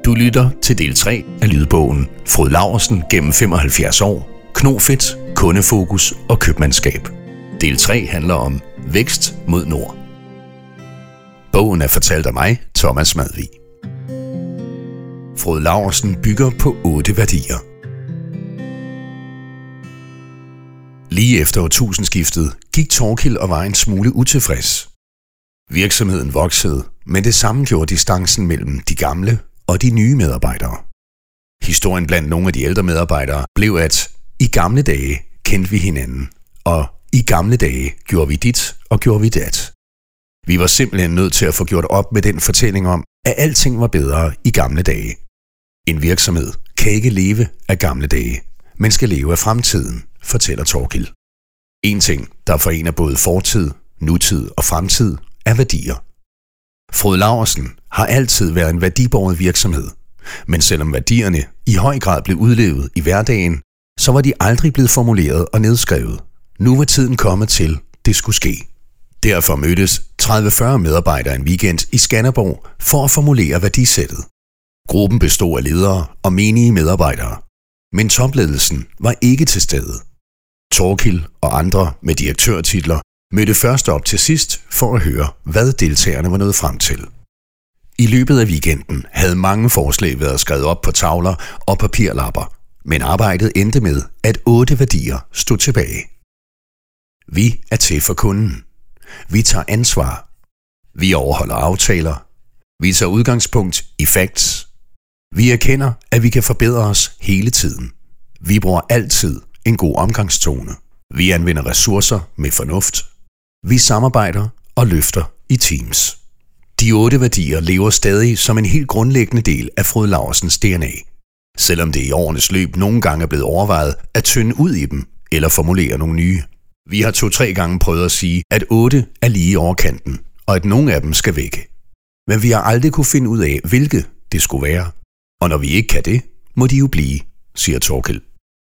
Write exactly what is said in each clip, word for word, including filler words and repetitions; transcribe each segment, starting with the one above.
Du lytter til del tre af lydbogen Frode Laursen gennem femoghalvfjerds år, Knofedt, kundefokus og købmandskab. Del tre handler om vækst mod nord. Bogen er fortalt af mig, Thomas Madvig. Frode Laursen bygger på otte værdier. Lige efter årtusindskiftet gik Thorkild og var en smule utilfreds. Virksomheden voksede, men det samme gjorde distancen mellem de gamle og de nye medarbejdere. Historien blandt nogle af de ældre medarbejdere blev, at i gamle dage kendte vi hinanden, og i gamle dage gjorde vi dit og gjorde vi dat. Vi var simpelthen nødt til at få gjort op med den fortælling om, at alting var bedre i gamle dage. En virksomhed kan ikke leve af gamle dage, men skal leve af fremtiden, fortæller Thorkild. En ting, der forener både fortid, nutid og fremtid, er værdier. Frode Laursen har altid været en værdibåret virksomhed, men selvom værdierne i høj grad blev udlevet i hverdagen, så var de aldrig blevet formuleret og nedskrevet. Nu var tiden kommet til, det skulle ske. Derfor mødtes tredive til fyrre medarbejdere en weekend i Skanderborg for at formulere værdisættet. Gruppen bestod af ledere og menige medarbejdere, men topledelsen var ikke til stede. Thorkild og andre med direktørtitler mødte først op til sidst for at høre, hvad deltagerne var nået frem til. I løbet af weekenden havde mange forslag været skrevet op på tavler og papirlapper, men arbejdet endte med, at otte værdier stod tilbage. Vi er til for kunden. Vi tager ansvar. Vi overholder aftaler. Vi tager udgangspunkt i facts. Vi erkender, at vi kan forbedre os hele tiden. Vi bruger altid en god omgangstone. Vi anvender ressourcer med fornuft. Vi samarbejder og løfter i teams. De otte værdier lever stadig som en helt grundlæggende del af Frode Laursens D N A, selvom det i årenes løb nogle gange er blevet overvejet at tynde ud i dem eller formulere nogle nye. Vi har to-tre gange prøvet at sige, at otte er lige i overkanten, og at nogle af dem skal væk. Men vi har aldrig kunne finde ud af, hvilke det skulle være. Og når vi ikke kan det, må de jo blive, siger Thorkild.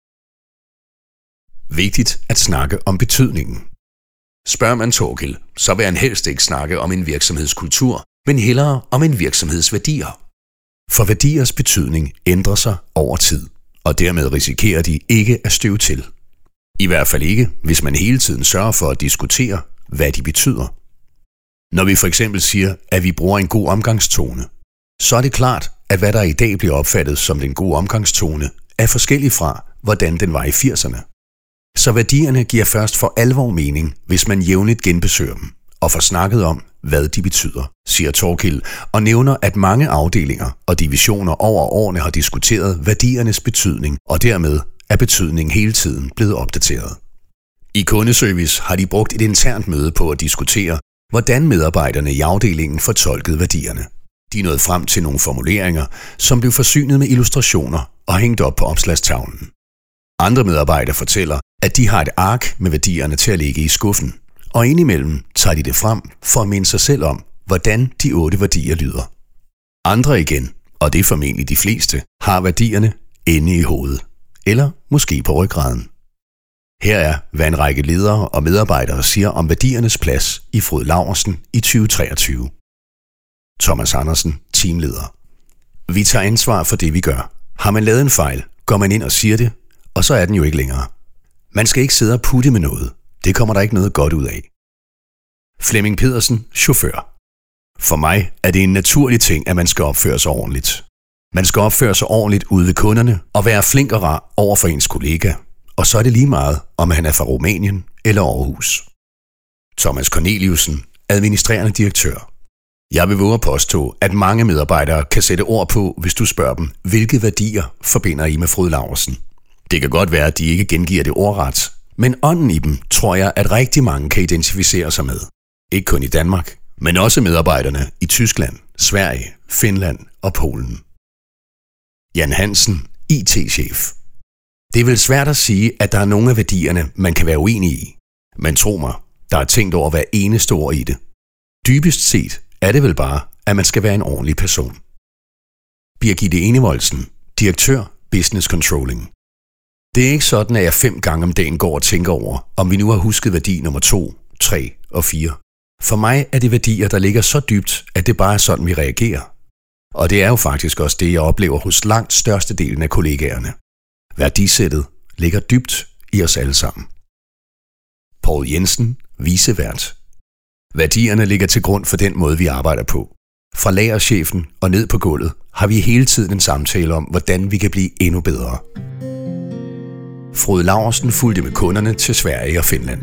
Vigtigt at snakke om betydningen. Spørger man Thorkild, så vil han helst ikke snakke om en virksomhedskultur, men hellere om en virksomhedsværdier. For værdiers betydning ændrer sig over tid, og dermed risikerer de ikke at støve til. I hvert fald ikke, hvis man hele tiden sørger for at diskutere, hvad de betyder. Når vi for eksempel siger, at vi bruger en god omgangstone, så er det klart, at hvad der i dag bliver opfattet som den gode omgangstone, er forskellig fra, hvordan den var i firserne. Så værdierne giver først for alvor mening, hvis man jævnligt genbesøger dem og får snakket om, hvad de betyder, siger Thorkild, og nævner, at mange afdelinger og divisioner over årene har diskuteret værdiernes betydning, og dermed er betydningen hele tiden blevet opdateret. I kundeservice har de brugt et internt møde på at diskutere, hvordan medarbejderne i afdelingen fortolkede værdierne. De nåede frem til nogle formuleringer, som blev forsynet med illustrationer og hængt op på opslagstavlen. Andre medarbejdere fortæller, at de har et ark med værdierne til at ligge i skuffen, og indimellem tager de det frem for at minde sig selv om, hvordan de otte værdier lyder. Andre igen, og det er formentlig de fleste, har værdierne inde i hovedet, eller måske på ryggraden. Her er, hvad en række ledere og medarbejdere siger om værdiernes plads i Frode Laursen i tyve treogtyve. Thomas Andersen, teamleder. Vi tager ansvar for det, vi gør. Har man lavet en fejl, går man ind og siger det, og så er den jo ikke længere. Man skal ikke sidde og putte med noget. Det kommer der ikke noget godt ud af. Flemming Pedersen, chauffør. For mig er det en naturlig ting, at man skal opføre sig ordentligt. Man skal opføre sig ordentligt ude ved kunderne og være flink og rar over for ens kollega. Og så er det lige meget, om han er fra Rumænien eller Aarhus. Thomas Corneliusen, administrerende direktør. Jeg vil våge at påstå, at mange medarbejdere kan sætte ord på, hvis du spørger dem, hvilke værdier forbinder I med Frode Laursen. Det kan godt være, at de ikke gengiver det ordret, men ånden i dem tror jeg, at rigtig mange kan identificere sig med. Ikke kun i Danmark, men også medarbejderne i Tyskland, Sverige, Finland og Polen. Jan Hansen, I T-chef. Det er vel svært at sige, at der er nogle af værdierne, man kan være uenig i. Men tro mig, der er tænkt over hver eneste ord i det. Dybest set er det vel bare, at man skal være en ordentlig person. Birgitte Enevoldsen, direktør Business Controlling. Det er ikke sådan, at jeg fem gange om dagen går og tænker over, om vi nu har husket værdi nummer to, tre og fire. For mig er det værdier, der ligger så dybt, at det bare er sådan, vi reagerer. Og det er jo faktisk også det, jeg oplever hos langt størstedelen af kollegaerne. Værdisættet ligger dybt i os alle sammen. Poul Jensen, vicevært. Værdierne ligger til grund for den måde, vi arbejder på. Fra lagerchefen og ned på gulvet har vi hele tiden en samtale om, hvordan vi kan blive endnu bedre. Frode Laursen fulgte med kunderne til Sverige og Finland.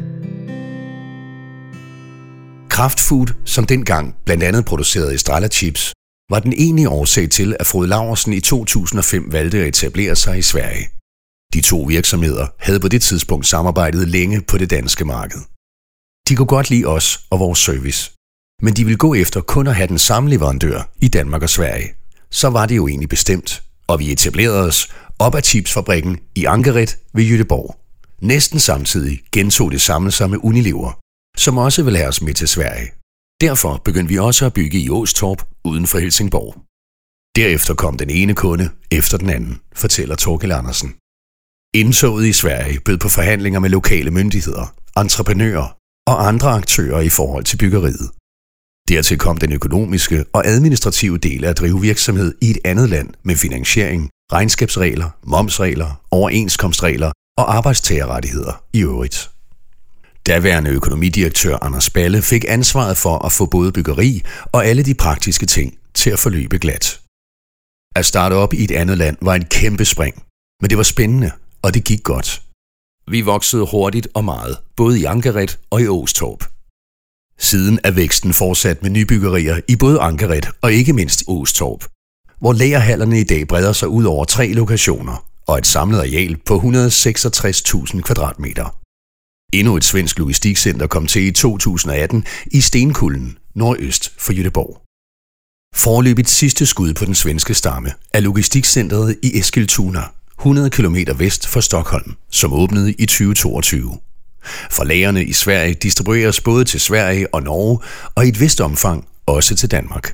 Kraftfood, som dengang blandt andet producerede Estrella Chips, var den egentlige årsag til, at Frode Laursen i to tusind og fem valgte at etablere sig i Sverige. De to virksomheder havde på det tidspunkt samarbejdet længe på det danske marked. De kunne godt lide os og vores service, men de ville gå efter kun at have den samme leverandør i Danmark og Sverige. Så var det jo egentlig bestemt, og vi etablerede os op ad chipsfabrikken i Angered ved Göteborg. Næsten samtidig gentog det samme sig med Unilever, som også vil have os med til Sverige. Derfor begyndte vi også at bygge i Åstorp uden for Helsingborg. Derefter kom den ene kunde efter den anden, fortæller Torkild Andersen. Indtoget i Sverige bød på forhandlinger med lokale myndigheder, entreprenører og andre aktører i forhold til byggeriet. Dertil kom den økonomiske og administrative del af at drive virksomhed i et andet land med finansiering, regnskabsregler, momsregler, overenskomstregler og arbejdstagerrettigheder i øvrigt. Daværende økonomidirektør Anders Balle fik ansvaret for at få både byggeri og alle de praktiske ting til at forløbe glat. At starte op i et andet land var en kæmpe spring, men det var spændende, og det gik godt. Vi voksede hurtigt og meget, både i Angered og i Åstorp. Siden er væksten fortsat med nybyggerier i både Angered og ikke mindst Åstorp, hvor lagerhallerne i dag breder sig ud over tre lokationer og et samlet areal på et hundrede og seksogtres tusind kvadratmeter. Endnu et svensk logistikcenter kom til i to tusind og atten i Stenkullen, nordøst for Göteborg. Foreløbigt sidste skud på den svenske stamme er logistikcentret i Eskilstuna, hundrede kilometer vest for Stockholm, som åbnede i tyve toogtyve. For lagerne i Sverige distribueres både til Sverige og Norge, og i et vist omfang også til Danmark.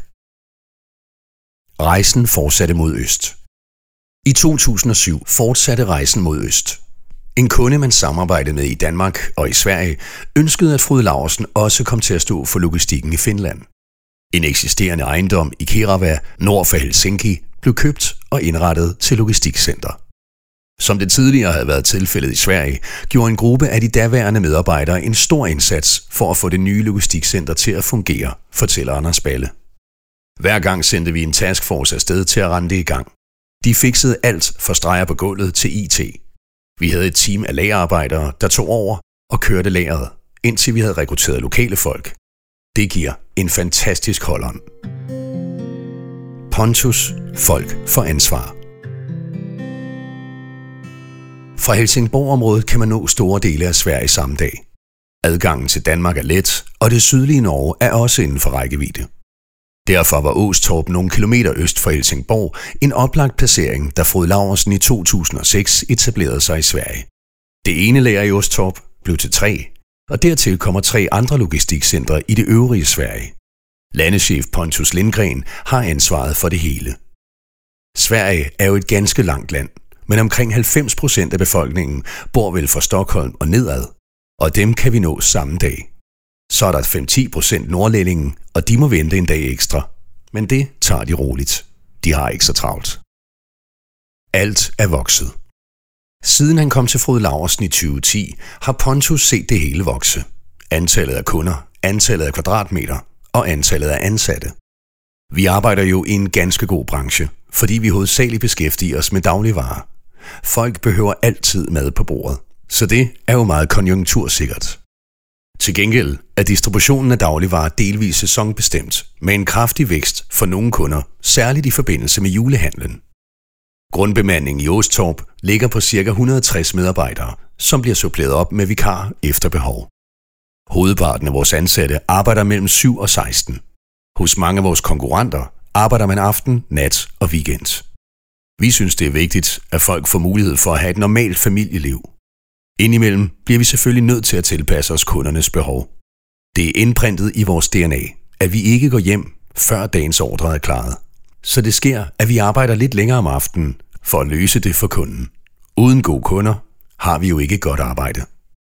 Rejsen fortsatte mod øst. I to tusind og syv fortsatte rejsen mod øst. En kunde, man samarbejdede med i Danmark og i Sverige, ønskede, at Frode Laursen også kom til at stå for logistikken i Finland. En eksisterende ejendom i Kerava, nord for Helsinki, blev købt og indrettet til logistikcenter. Som det tidligere havde været tilfældet i Sverige, gjorde en gruppe af de daværende medarbejdere en stor indsats for at få det nye logistikcenter til at fungere, fortæller Anders Balle. Hver gang sendte vi en taskforce afsted til at rende det i gang. De fiksede alt fra streger på gulvet til I T. Vi havde et team af lagerarbejdere, der tog over og kørte lageret, indtil vi havde rekrutteret lokale folk. Det giver en fantastisk holdånd. Pontus, folk for ansvar. Fra Helsingborg-området kan man nå store dele af Sverige samme dag. Adgangen til Danmark er let, og det sydlige Norge er også inden for rækkevidde. Derfor var Åstorp nogle kilometer øst for Helsingborg en oplagt placering, da Frode Laursen i to tusind og seks etablerede sig i Sverige. Det ene lager i Åstorp blev til tre, og dertil kommer tre andre logistikcentre i det øvrige Sverige. Landeschef Pontus Lindgren har ansvaret for det hele. Sverige er jo et ganske langt land, men omkring halvfems procent af befolkningen bor vel fra Stockholm og nedad, og dem kan vi nå samme dag. Så er der fem til ti procent nordlændingen, og de må vente en dag ekstra. Men det tager de roligt. De har ikke så travlt. Alt er vokset. Siden han kom til Frode Laursen i tyve ti, har Pontus set det hele vokse. Antallet af kunder, antallet af kvadratmeter og antallet af ansatte. Vi arbejder jo i en ganske god branche, fordi vi hovedsageligt beskæftiger os med dagligvarer. Folk behøver altid mad på bordet, så det er jo meget konjunktursikkert. Til gengæld er distributionen af dagligvarer delvis sæsonbestemt, med en kraftig vækst for nogle kunder, særligt i forbindelse med julehandlen. Grundbemandingen i Åstorp ligger på ca. et hundrede og tres medarbejdere, som bliver suppleret op med vikar efter behov. Hovedparten af vores ansatte arbejder mellem syv og seksten. Hos mange af vores konkurrenter arbejder man aften, nat og weekend. Vi synes, det er vigtigt, at folk får mulighed for at have et normalt familieliv. Indimellem bliver vi selvfølgelig nødt til at tilpasse os kundernes behov. Det er indprintet i vores D N A, at vi ikke går hjem, før dagens ordre er klaret. Så det sker, at vi arbejder lidt længere om aftenen for at løse det for kunden. Uden gode kunder har vi jo ikke godt arbejde.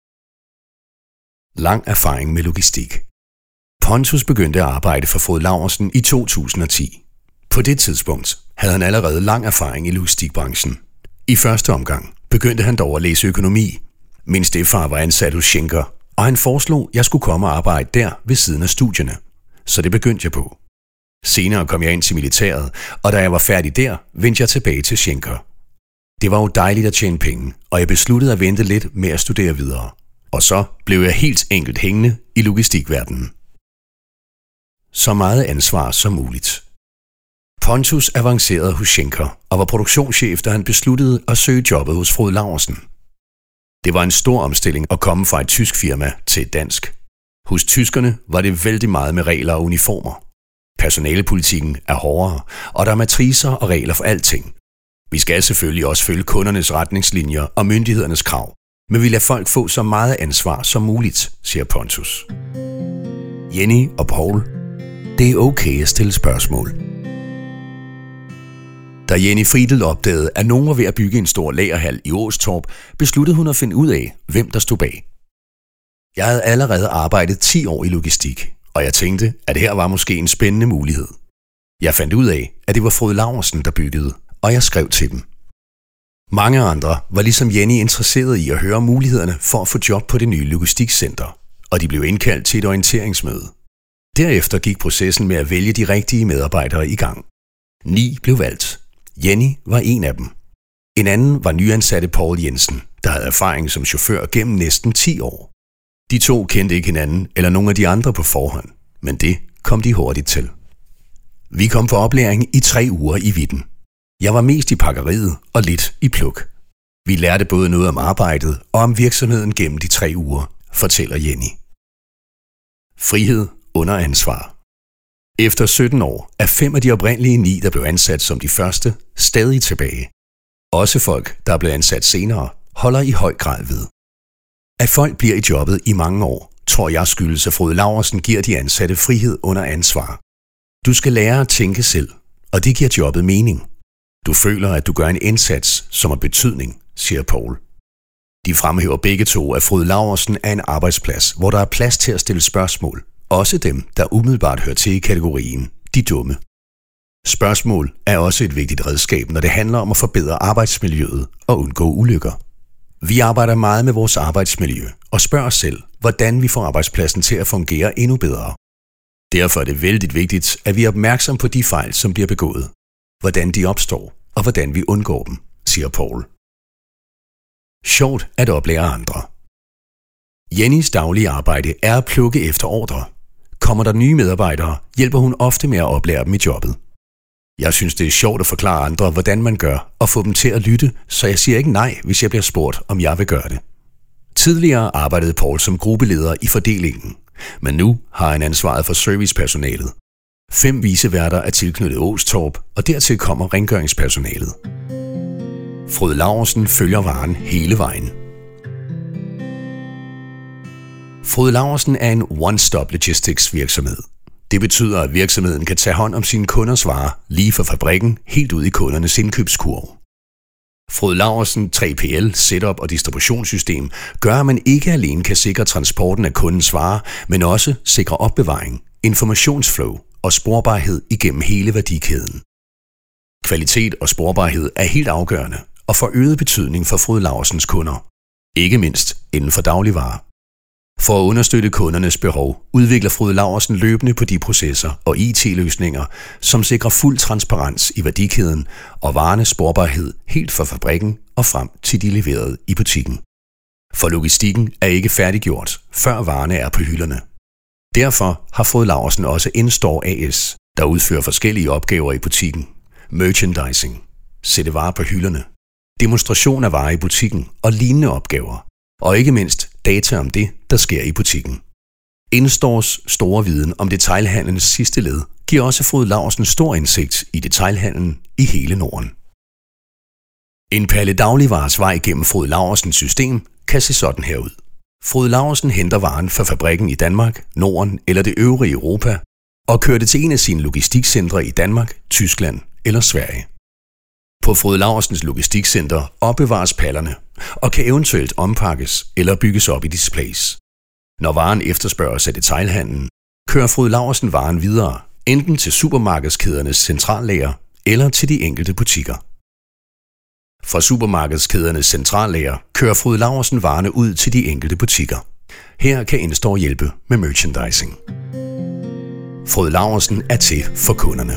Lang erfaring med logistik. Pontus begyndte at arbejde for Frode Laursen i to tusind og ti. På det tidspunkt havde han allerede lang erfaring i logistikbranchen. I første omgang begyndte han dog at læse økonomi. Min stedfar var ansat hos Schenker, og han foreslog, at jeg skulle komme og arbejde der ved siden af studierne. Så det begyndte jeg på. Senere kom jeg ind til militæret, og da jeg var færdig der, vendte jeg tilbage til Schenker. Det var jo dejligt at tjene penge, og jeg besluttede at vente lidt med at studere videre. Og så blev jeg helt enkelt hængende i logistikverdenen. Så meget ansvar som muligt. Pontus avancerede hos Schenker og var produktionschef, da han besluttede at søge jobbet hos Frode Laursen. Det var en stor omstilling at komme fra et tysk firma til et dansk. Hos tyskerne var det vældig meget med regler og uniformer. Personalepolitikken er hårdere, og der er matricer og regler for alting. Vi skal selvfølgelig også følge kundernes retningslinjer og myndighedernes krav, men vi lader folk få så meget ansvar som muligt, siger Pontus. Jenny og Paul, det er okay at stille spørgsmål. Da Jenny Friedel opdagede, at nogen var ved at bygge en stor lagerhal i Åstorp, besluttede hun at finde ud af, hvem der stod bag. Jeg havde allerede arbejdet ti år i logistik, og jeg tænkte, at her var måske en spændende mulighed. Jeg fandt ud af, at det var Frode Laursen, der byggede, og jeg skrev til dem. Mange andre var ligesom Jenny interesseret i at høre mulighederne for at få job på det nye logistikcenter, og de blev indkaldt til et orienteringsmøde. Derefter gik processen med at vælge de rigtige medarbejdere i gang. Ni blev valgt. Jenny var en af dem. En anden var nyansatte Paul Jensen, der havde erfaring som chauffør gennem næsten ti år. De to kendte ikke hinanden eller nogen af de andre på forhånd, men det kom de hurtigt til. Vi kom på oplæring i tre uger i Vitten. Jeg var mest i pakkeriet og lidt i pluk. Vi lærte både noget om arbejdet og om virksomheden gennem de tre uger, fortæller Jenny. Frihed under ansvar. Efter sytten år er fem af de oprindelige ni, der blev ansat som de første, stadig tilbage. Også folk, der er blevet ansat senere, holder i høj grad ved. At folk bliver i jobbet i mange år, tror jeg skyldes, at Frode Laursen giver de ansatte frihed under ansvar. Du skal lære at tænke selv, og det giver jobbet mening. Du føler, at du gør en indsats, som har betydning, siger Paul. De fremhæver begge to, at Frode Laursen er en arbejdsplads, hvor der er plads til at stille spørgsmål. Også dem, der umiddelbart hører til i kategorien de dumme. Spørgsmål er også et vigtigt redskab, når det handler om at forbedre arbejdsmiljøet og undgå ulykker. Vi arbejder meget med vores arbejdsmiljø og spørger os selv, hvordan vi får arbejdspladsen til at fungere endnu bedre. Derfor er det vældig vigtigt, at vi er opmærksom på de fejl, som bliver begået, hvordan de opstår og hvordan vi undgår dem, siger Paul. Sjovt at oplære andre. Jennys daglige arbejde er at plukke efter ordre. Kommer der nye medarbejdere, hjælper hun ofte med at oplære dem i jobbet. Jeg synes, det er sjovt at forklare andre, hvordan man gør, og få dem til at lytte, så jeg siger ikke nej, hvis jeg bliver spurgt, om jeg vil gøre det. Tidligere arbejdede Paul som gruppeleder i fordelingen, men nu har han ansvaret for servicepersonalet. Fem viceværter er tilknyttet Åstorp, og dertil kommer rengøringspersonalet. Frode Laursen følger varen hele vejen. Frode Laursen er en one-stop logistics virksomhed. Det betyder, at virksomheden kan tage hånd om sine kunders varer lige fra fabrikken helt ud i kundernes indkøbskurv. Frode Laursen tre P L, setup og distributionssystem gør, at man ikke alene kan sikre transporten af kundens varer, men også sikre opbevaring, informationsflow og sporbarhed igennem hele værdikæden. Kvalitet og sporbarhed er helt afgørende og får øget betydning for Frode Laursens kunder, ikke mindst inden for dagligvarer. For at understøtte kundernes behov, udvikler Frode Laursen løbende på de processer og I T-løsninger, som sikrer fuld transparens i værdikæden og varernes sporbarhed helt fra fabrikken og frem til de leverede i butikken. For logistikken er ikke færdiggjort, før varerne er på hylderne. Derfor har Frode Laursen også InStore A S, der udfører forskellige opgaver i butikken. Merchandising, sætte varer på hylderne, demonstration af varer i butikken og lignende opgaver. Og ikke mindst data om det, der sker i butikken. InStores store viden om detailhandelens sidste led giver også Frode Laursen stor indsigt i detailhandelen i hele Norden. En palle dagligvares vej gennem Frode Laursens system kan se sådan her ud. Frode Laursen henter varen fra fabrikken i Danmark, Norden eller det øvrige Europa og kører det til en af sine logistikcentre i Danmark, Tyskland eller Sverige. På Frode Laursens logistikcenter opbevares pallerne og kan eventuelt ompakkes eller bygges op i displays. Når varen efterspørges af detailhandlen, kører Frode Laursen varen videre enten til supermarkedskædernes centrallager eller til de enkelte butikker. Fra supermarkedskædernes centrallager kører Frode Laursen varerne ud til de enkelte butikker. Her kan Instore hjælpe med merchandising. Frode Laursen er til for kunderne.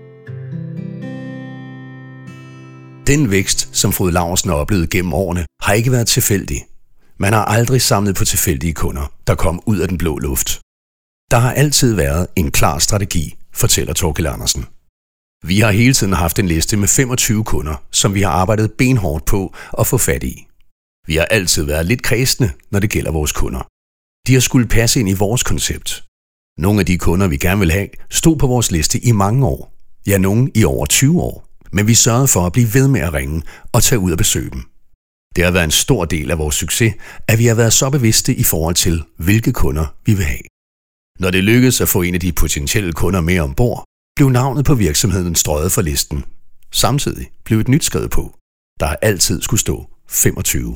Den vækst, som Frode Laursen har oplevet gennem årene, har ikke været tilfældig. Man har aldrig samlet på tilfældige kunder, der kom ud af den blå luft. Der har altid været en klar strategi, fortæller Thorkild Andersen. Vi har hele tiden haft en liste med femogtyve kunder, som vi har arbejdet benhårdt på at få fat i. Vi har altid været lidt kredsende, når det gælder vores kunder. De har skulle passe ind i vores koncept. Nogle af de kunder, vi gerne vil have, stod på vores liste i mange år. Ja, nogle i over tyve år. Men vi sørgede for at blive ved med at ringe og tage ud og besøge dem. Det har været en stor del af vores succes, at vi har været så bevidste i forhold til, hvilke kunder vi vil have. Når det lykkedes at få en af de potentielle kunder med ombord, blev navnet på virksomheden strøget fra listen. Samtidig blev et nyt skrevet på, der altid skulle stå femogtyve.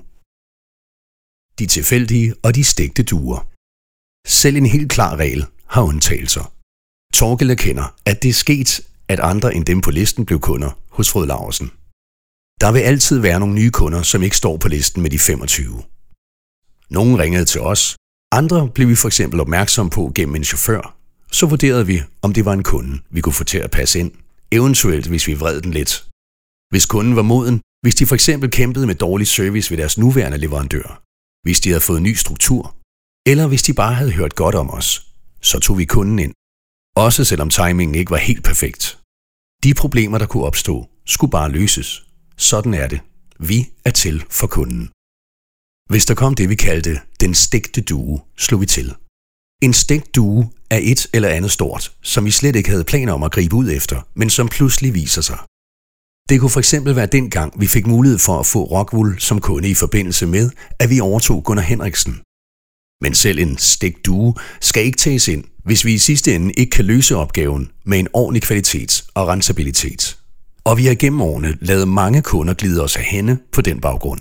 De tilfældige og de stegte duer. Selv en helt klar regel har undtagelser. Thorkild erkender, at det er sket, at andre end dem på listen blev kunder hos Frode Laursen. Der vil altid være nogle nye kunder, som ikke står på listen med de femogtyve. Nogle ringede til os, andre blev vi for eksempel opmærksom på gennem en chauffør. Så vurderede vi, om det var en kunde, vi kunne få til at passe ind, eventuelt hvis vi vred den lidt. Hvis kunden var moden, hvis de for eksempel kæmpede med dårlig service ved deres nuværende leverandør, hvis de havde fået ny struktur, eller hvis de bare havde hørt godt om os, så tog vi kunden ind. Også selvom timingen ikke var helt perfekt. De problemer, der kunne opstå, skulle bare løses. Sådan er det. Vi er til for kunden. Hvis der kom det, vi kaldte den stegte due, slog vi til. En stegt due er et eller andet stort, som vi slet ikke havde planer om at gribe ud efter, men som pludselig viser sig. Det kunne for eksempel være den gang, vi fik mulighed for at få Rockwool som kunde i forbindelse med, at vi overtog Gunnar Henriksen. Men selv en stegt due skal ikke tages ind, hvis vi i sidste ende ikke kan løse opgaven med en ordentlig kvalitet og rentabilitet. Og vi har gennem årene lavet mange kunder glide os af hænde på den baggrund.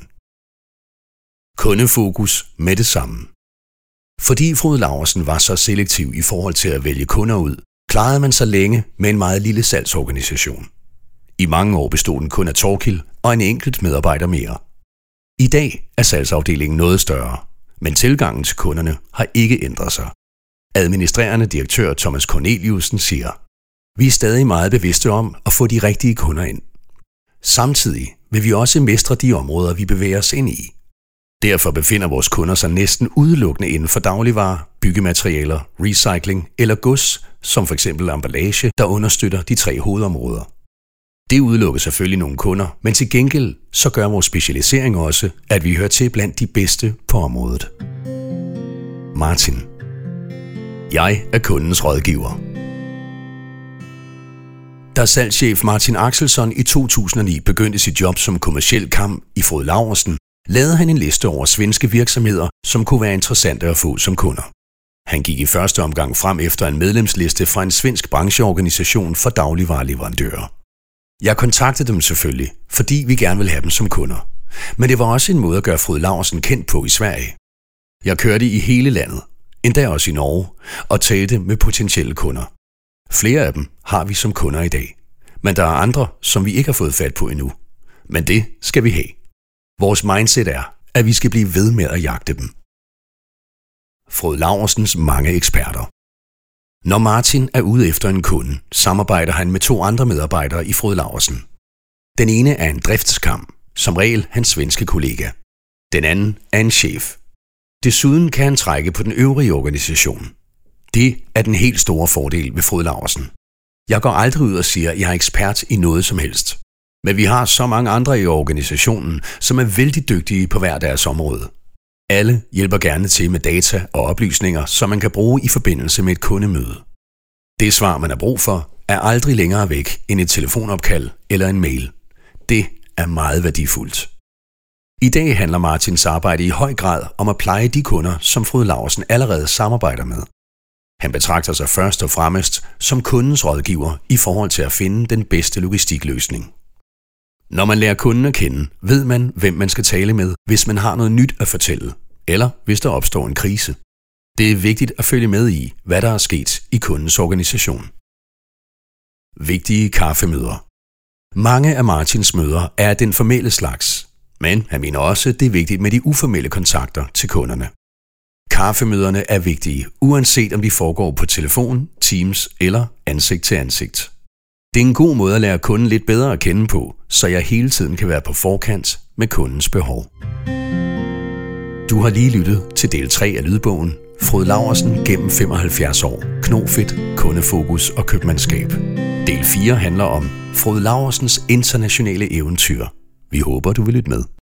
Kundefokus med det samme. Fordi Frode Laursen var så selektiv i forhold til at vælge kunder ud, klarede man sig længe med en meget lille salgsorganisation. I mange år bestod den kun af Thorkild og en enkelt medarbejder mere. I dag er salgsafdelingen noget større, men tilgangen til kunderne har ikke ændret sig. Administrerende direktør Thomas Corneliusen siger, vi er stadig meget bevidste om at få de rigtige kunder ind. Samtidig vil vi også mestre de områder, vi bevæger os ind i. Derfor befinder vores kunder sig næsten udelukkende inden for dagligvarer, byggematerialer, recycling eller gods, som f.eks. emballage, der understøtter de tre hovedområder. Det udelukker selvfølgelig nogle kunder, men til gengæld så gør vores specialisering også, at vi hører til blandt de bedste på området. Martin. Jeg er kundens rådgiver. Da salgschef Martin Axelsson i to tusind og ni begyndte sit job som kommerciel kamp i Frode Laursen, lavede han en liste over svenske virksomheder, som kunne være interessante at få som kunder. Han gik i første omgang frem efter en medlemsliste fra en svensk brancheorganisation for dagligvareleverandører. Jeg kontaktede dem selvfølgelig, fordi vi gerne ville have dem som kunder. Men det var også en måde at gøre Frode Laursen kendt på i Sverige. Jeg kørte i hele landet, endda også i Norge, og talte med potentielle kunder. Flere af dem har vi som kunder i dag, men der er andre, som vi ikke har fået fat på endnu. Men det skal vi have. Vores mindset er, at vi skal blive ved med at jagte dem. Frode Laursens mange eksperter. Når Martin er ude efter en kunde, samarbejder han med to andre medarbejdere i Frode Laursen. Den ene er en driftskam, som regel hans svenske kollega. Den anden er en chef. Desuden kan han trække på den øvrige organisation. Det er den helt store fordel ved Frode Laursen. Jeg går aldrig ud og siger, at jeg er ekspert i noget som helst. Men vi har så mange andre i organisationen, som er vældig dygtige på hver deres område. Alle hjælper gerne til med data og oplysninger, som man kan bruge i forbindelse med et kundemøde. Det svar, man har brug for, er aldrig længere væk end et telefonopkald eller en mail. Det er meget værdifuldt. I dag handler Martins arbejde i høj grad om at pleje de kunder, som Frode Laursen allerede samarbejder med. Han betragter sig først og fremmest som kundens rådgiver i forhold til at finde den bedste logistikløsning. Når man lærer kunden at kende, ved man, hvem man skal tale med, hvis man har noget nyt at fortælle, eller hvis der opstår en krise. Det er vigtigt at følge med i, hvad der er sket i kundens organisation. Vigtige kaffemøder. Mange af Martins møder er af den formelle slags, men han mener også, at det er vigtigt med de uformelle kontakter til kunderne. Kaffemøderne er vigtige, uanset om de foregår på telefon, Teams eller ansigt til ansigt. Det er en god måde at lære kunden lidt bedre at kende på, så jeg hele tiden kan være på forkant med kundens behov. Du har lige lyttet til del tre af lydbogen Frode Laursen gennem femoghalvfjerds år, knofedt, kundefokus og købmandskab. Del fire handler om Frode Laursens internationale eventyr. Vi håber, du vil lytte med.